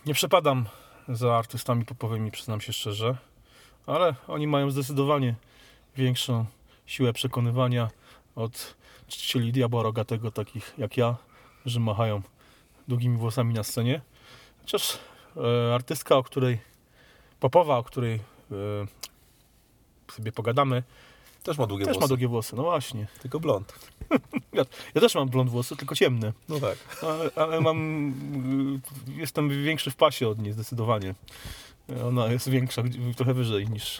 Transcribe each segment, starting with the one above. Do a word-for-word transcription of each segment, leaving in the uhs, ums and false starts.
Nie przepadam za artystami popowymi, przyznam się szczerze, ale oni mają zdecydowanie większą siłę przekonywania od czcicieli diabła rogatego, takich jak ja, że machają długimi włosami na scenie. Chociaż e, artystka, o której, popowa, o której e, sobie pogadamy, Też ma długie też włosy. ma długie włosy, no właśnie. Tylko blond. Ja, ja też mam blond włosy, tylko ciemne. No tak. Ale, ale mam, y, jestem większy w pasie od niej zdecydowanie. Ona jest większa, trochę wyżej niż...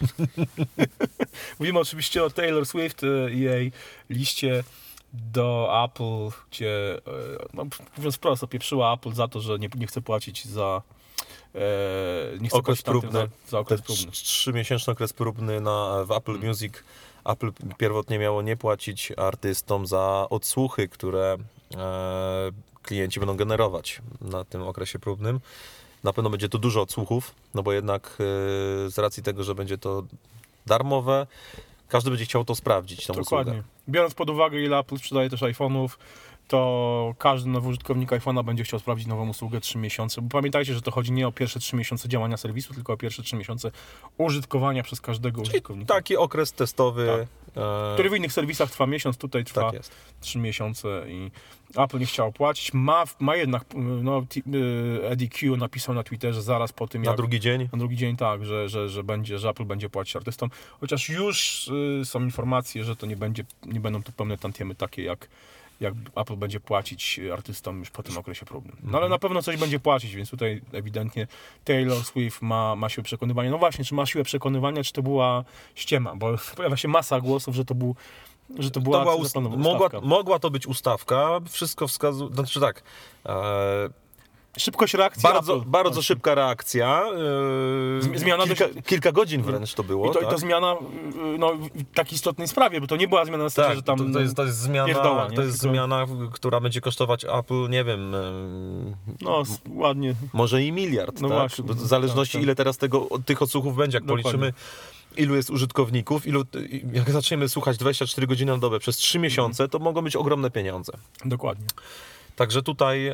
Mówimy oczywiście o Taylor Swift i jej liście do Apple, gdzie, no, mówiąc wprost, opieprzyła Apple za to, że nie, nie chce płacić za... E, nie chce Okres płacić tamtym próbny. Za, za okres Ten próbny. trzymiesięczny okres próbny na, w Apple Hmm. Music. Apple pierwotnie miało nie płacić artystom za odsłuchy, które e, klienci będą generować na tym okresie próbnym. Na pewno będzie to dużo odsłuchów, no bo jednak e, z racji tego, że będzie to darmowe, każdy będzie chciał to sprawdzić, tą Dokładnie. usługę. Biorąc pod uwagę, ile Apple sprzedaje też iPhone'ów, to każdy nowy użytkownik iPhone'a będzie chciał sprawdzić nową usługę trzy miesiące. Bo pamiętajcie, że to chodzi nie o pierwsze trzy miesiące działania serwisu, tylko o pierwsze trzy miesiące użytkowania przez każdego użytkownika. Taki okres testowy. Tak. e, Który w innych serwisach trwa miesiąc, tutaj trwa tak jest. trzy miesiące i Apple nie chciało płacić. Ma, ma jednak, no, Eddie Q napisał na Twitterze zaraz po tym, Na jak... drugi dzień. Na drugi dzień tak, że, że, że, będzie, że Apple będzie płacić artystom, chociaż już y, są informacje, że to nie, będzie, nie będą to pełne tantiemy takie, jak, jak Apple będzie płacić artystom już po tym okresie próbnym. No ale na pewno coś będzie płacić, więc tutaj ewidentnie Taylor Swift ma, ma siłę przekonywania. No właśnie, czy ma siłę przekonywania, czy to była ściema, bo pojawia się masa głosów, że to był że to była, To była ust- mogła, mogła to być ustawka, wszystko wskazuje, znaczy tak, e, Szybkość reakcji bardzo, Apple. bardzo Właśnie. szybka reakcja, e, Zmiana kilka, dość- kilka godzin wręcz to było. I to, tak? i to zmiana y, no, w takiej istotnej sprawie, bo to nie była zmiana na zasadzie, Tak, że tam... to, to, jest, to jest zmiana, pierdoła, nie? to jest Tylko- zmiana, która będzie kosztować Apple, nie wiem, e, No, s- ładnie. może i miliard, No tak? właśnie, Bo w zależności tak, tak. ile teraz tego, tych odsłuchów będzie, jak Dokładnie. policzymy, ilu jest użytkowników, ilu, jak zaczniemy słuchać dwadzieścia cztery godziny na dobę przez trzy miesiące, to mogą być ogromne pieniądze. Dokładnie. Także tutaj e,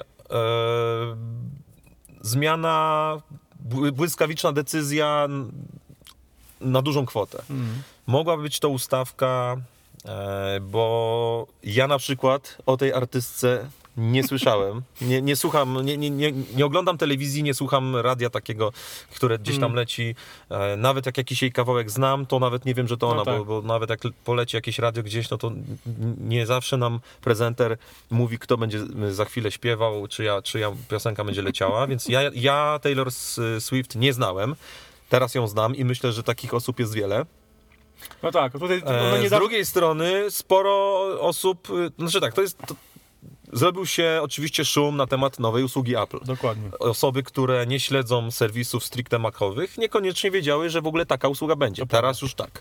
zmiana, bły- błyskawiczna decyzja n- na dużą kwotę. Mm. Mogła być to ustawka, e, bo ja na przykład o tej artystce nie słyszałem. Nie, nie słucham, nie, nie, nie, nie oglądam telewizji, nie słucham radia takiego, które gdzieś tam Mm. leci. E, nawet jak jakiś jej kawałek znam, to nawet nie wiem, że to No ona, tak. bo, bo nawet jak poleci jakieś radio gdzieś, no to n- nie zawsze nam prezenter mówi, kto będzie za chwilę śpiewał, czyja, czyja piosenka będzie leciała, więc ja, ja Taylor Swift nie znałem. Teraz ją znam i myślę, że takich osób jest wiele. No tak, tutaj ona E, nie z da... drugiej strony sporo osób, y, znaczy tak, to jest, to, zrobił się oczywiście szum na temat nowej usługi Apple. Dokładnie. Osoby, które nie śledzą serwisów stricte macowych, niekoniecznie wiedziały, że w ogóle taka usługa będzie. To Teraz już tak,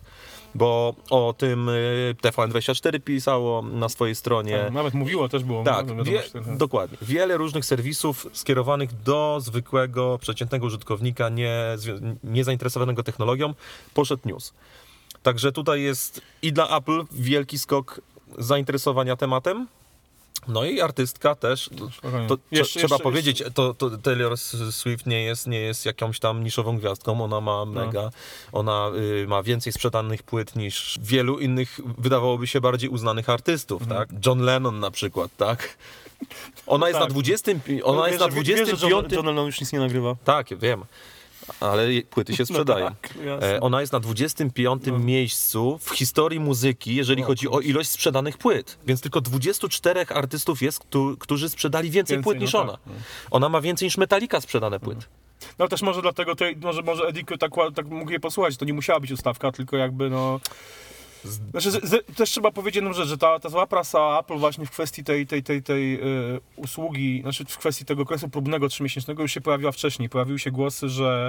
bo o tym y, T V N dwadzieścia cztery pisało na swojej stronie. Tak, nawet mówiło, też było. Tak, no, wiadomo, wie, że ten- dokładnie. Wiele różnych serwisów skierowanych do zwykłego, przeciętnego użytkownika, nie, zwią- nie zainteresowanego technologią, poszedł news. Także tutaj jest i dla Apple wielki skok zainteresowania tematem, no i artystka też. Spokojnie. To trze- Jeszcze- trzeba jeszcze- powiedzieć, to, to Taylor Swift nie jest, nie jest jakąś tam niszową gwiazdką, ona ma mega, ona y, ma więcej sprzedanych płyt niż wielu innych, wydawałoby się bardziej uznanych artystów, Mhm. tak? John Lennon na przykład, tak? Ona jest tak. na dwudziestym, ona No, jest na wiesz, że- dwudziestym wiesz, że piątym. John, John Lennon już nic nie nagrywa. Tak, wiem. Ale jej płyty się sprzedają. No tak, jasne. E, Ona jest na dwudziestym piątym No. miejscu w historii muzyki, jeżeli O, chodzi o ilość sprzedanych płyt. Więc tylko dwudziestu czterech artystów jest, któ- którzy sprzedali więcej, Więcej, płyt no niż tak, ona. no. Ona ma więcej niż Metallica sprzedanych płyt. No też może dlatego, tej, może, może Ediku tak, ła- tak mógł je posłuchać, to nie musiała być ustawka, tylko jakby no... Znaczy, z, z, też trzeba powiedzieć jedną rzecz, że ta, ta zła prasa Apple właśnie w kwestii tej, tej, tej, tej y, usługi, znaczy w kwestii tego okresu próbnego trzymiesięcznego już się pojawiła wcześniej. Pojawiły się głosy, że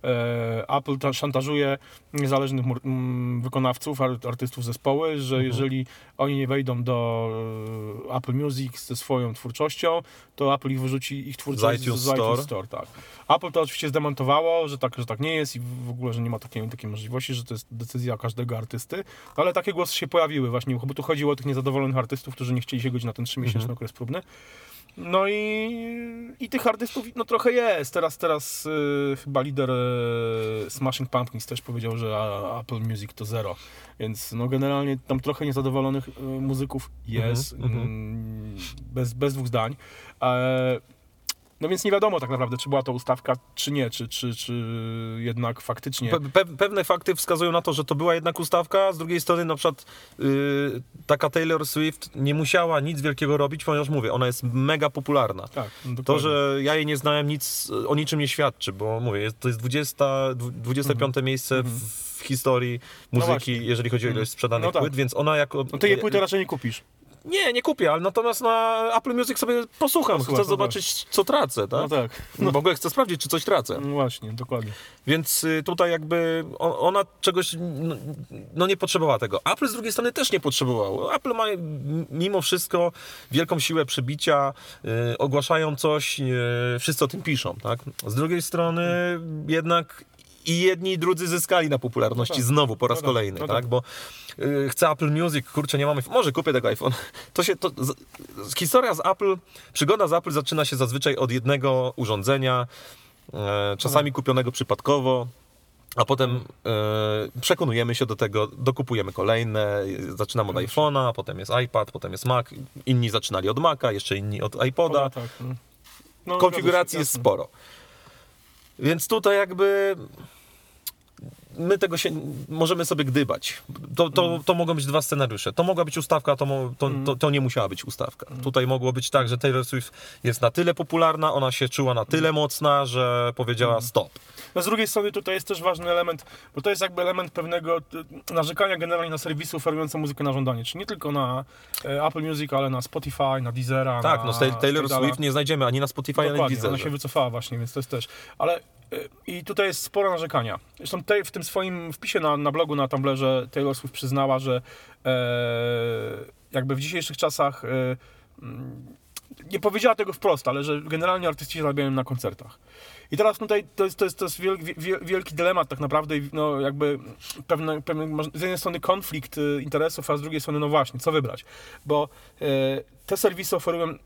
e, Apple ta, szantażuje niezależnych mur, m, wykonawców, ar, artystów, zespoły, że Mhm. jeżeli oni nie wejdą do e, Apple Music ze swoją twórczością, to Apple ich wyrzuci, ich twórczość Z iTunes z, z iTunes Store. Store. Tak. Apple to oczywiście zdemontowało, że tak, że tak nie jest i w ogóle, że nie ma takiej, takiej możliwości, że to jest decyzja każdego artysty. Ale takie głosy się pojawiły właśnie, bo tu chodziło o tych niezadowolonych artystów, którzy nie chcieli się godzić na ten trzymiesięczny Mhm. okres próbny. No i, i tych artystów no trochę jest. Teraz, teraz y, chyba lider y, Smashing Pumpkins też powiedział, że a, Apple Music to zero. Więc no generalnie tam trochę niezadowolonych y, muzyków jest, Mhm, mhm. mm, bez, bez dwóch zdań. E, no więc nie wiadomo tak naprawdę, czy była to ustawka, czy nie, czy, czy, czy jednak faktycznie... Pe pe pewne fakty wskazują na to, że to była jednak ustawka, z drugiej strony na przykład yy, taka Taylor Swift nie musiała nic wielkiego robić, ponieważ mówię, ona jest mega popularna. Tak, no To, dokładnie. że ja jej nie znałem, nic o niczym nie świadczy, bo mówię, jest, to jest dwudzieste, dwudzieste piąte Mhm. miejsce Mhm. w, w historii No muzyki, właśnie. jeżeli chodzi o ilość sprzedanych No tak. płyt, więc ona jako... No ty jej płyty raczej nie kupisz. Nie, nie kupię, ale natomiast na Apple Music sobie posłucham, Posłuchasz, chcę no zobaczyć, co tracę, tak? No tak. No. W ogóle chcę sprawdzić, czy coś tracę. No właśnie, dokładnie. Więc y, tutaj jakby o- ona czegoś no, no nie potrzebowała tego. Apple z drugiej strony też nie potrzebowało. Apple ma m- mimo wszystko wielką siłę przybicia, y, ogłaszają coś, y, wszyscy o tym piszą, tak? Z drugiej strony jednak i jedni i drudzy zyskali na popularności No tak. znowu po raz No tak. kolejny, No tak? tak. Bo y, chcę Apple Music, kurczę, nie mamy, może kupię tego iPhone. To się, to, z, z, historia z Apple, przygoda z Apple zaczyna się zazwyczaj od jednego urządzenia, e, czasami kupionego przypadkowo, a potem e, przekonujemy się do tego, dokupujemy kolejne, zaczynamy od iPhone'a, potem jest iPad, potem jest Mac, inni zaczynali od Maca, jeszcze inni od iPoda. Poda, tak. No. No, Konfiguracji jasne. jest sporo. Więc tutaj jakby my tego się możemy sobie gdybać. To, to, to mogą być dwa scenariusze. To mogła być ustawka, to, mo, to, to, to nie musiała być ustawka. Tutaj mogło być tak, że Taylor Swift jest na tyle popularna, ona się czuła na tyle mocna, że powiedziała stop. No z drugiej strony tutaj jest też ważny element, bo to jest jakby element pewnego y, narzekania generalnie na serwisy oferujące muzykę na żądanie. Czyli nie tylko na e, Apple Music, ale na Spotify, na Deezera, Tak, na no z tej- Taylor Tidala. Swift nie znajdziemy ani na Spotify, ani na Dokładnie, ona Deezerze. się wycofała właśnie, więc to jest też. Ale y, i tutaj jest sporo narzekania. Zresztą tej, w tym swoim wpisie na, na blogu, na Tumblerze Taylor Swift przyznała, że e, jakby w dzisiejszych czasach e, mm, nie powiedziała tego wprost, ale że generalnie artyści zarabiają na koncertach. I teraz tutaj to jest, to jest, to jest wielki, wielki dylemat tak naprawdę, i no jakby pewne, pewne, z jednej strony konflikt y, interesów, a z drugiej strony no właśnie, co wybrać. Bo e, te serwisy oferują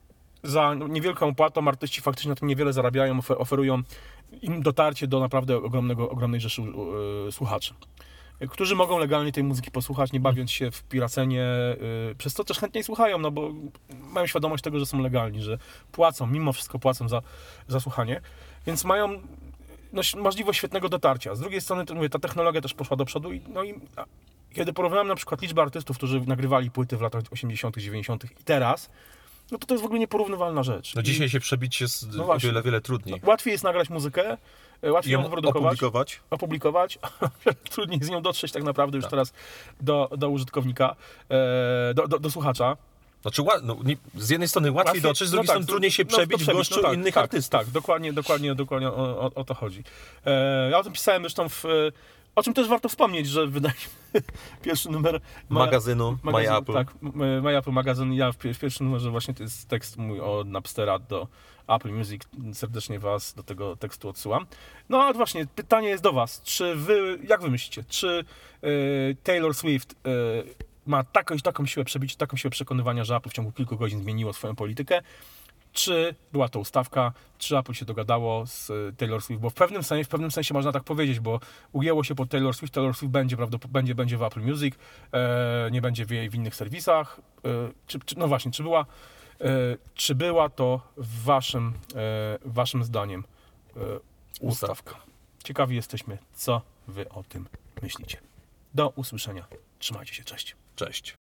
za niewielką opłatą, artyści faktycznie na tym niewiele zarabiają, ofer- oferują im dotarcie do naprawdę ogromnego, ogromnej rzeszy y, słuchaczy, którzy mogą legalnie tej muzyki posłuchać, nie bawiąc się w piracenie, y, przez to też chętniej słuchają, no bo mają świadomość tego, że są legalni, że płacą, mimo wszystko płacą za, za słuchanie, więc mają no, możliwość świetnego dotarcia. Z drugiej strony, to mówię, ta technologia też poszła do przodu i, no i a, kiedy porównałem na przykład liczbę artystów, którzy nagrywali płyty w latach osiemdziesiątych, dziewięćdziesiątych i teraz, no to to jest w ogóle nieporównywalna rzecz. No I- dzisiaj się przebić jest No o właśnie. wiele, wiele trudniej. Łatwiej jest nagrać muzykę, e, łatwiej ją Ją wyprodukować, opublikować. opublikować, a trudniej z nią dotrzeć tak naprawdę już Tak. teraz do, do użytkownika, e, do, do, do słuchacza. Znaczy, ła- no, nie, z jednej strony łatwiej dotrzeć, z drugiej no strony tak, trudniej się no, przebić to w gościu no tak, innych tak, artystów. Tak, dokładnie, dokładnie, dokładnie o, o, o to chodzi. E, ja o tym pisałem zresztą w... e, O czym też warto wspomnieć, że wydaje pierwszy numer ma- Magazynu My magazyn, Apple. Tak, m- My Apple magazyn. Ja w, w pierwszym numerze właśnie to jest tekst mój od Napstera do Apple Music. Serdecznie was do tego tekstu odsyłam. No a właśnie, pytanie jest do was. Czy wy, jak wy myślicie, czy e, Taylor Swift e, ma taką, taką siłę przebicia, taką siłę przekonywania, że Apple w ciągu kilku godzin zmieniło swoją politykę? Czy była to ustawka, czy Apple się dogadało z Taylor Swift, bo w pewnym sensie, w pewnym sensie można tak powiedzieć, bo ugięło się pod Taylor Swift, Taylor Swift będzie, prawdopodobnie będzie, będzie w Apple Music, e, nie będzie w, jej, w innych serwisach. E, czy, czy, no właśnie, czy była, e, czy była to waszym, e, waszym zdaniem e, ustawka? Ciekawi jesteśmy, co wy o tym myślicie. Do usłyszenia. Trzymajcie się, cześć. Cześć.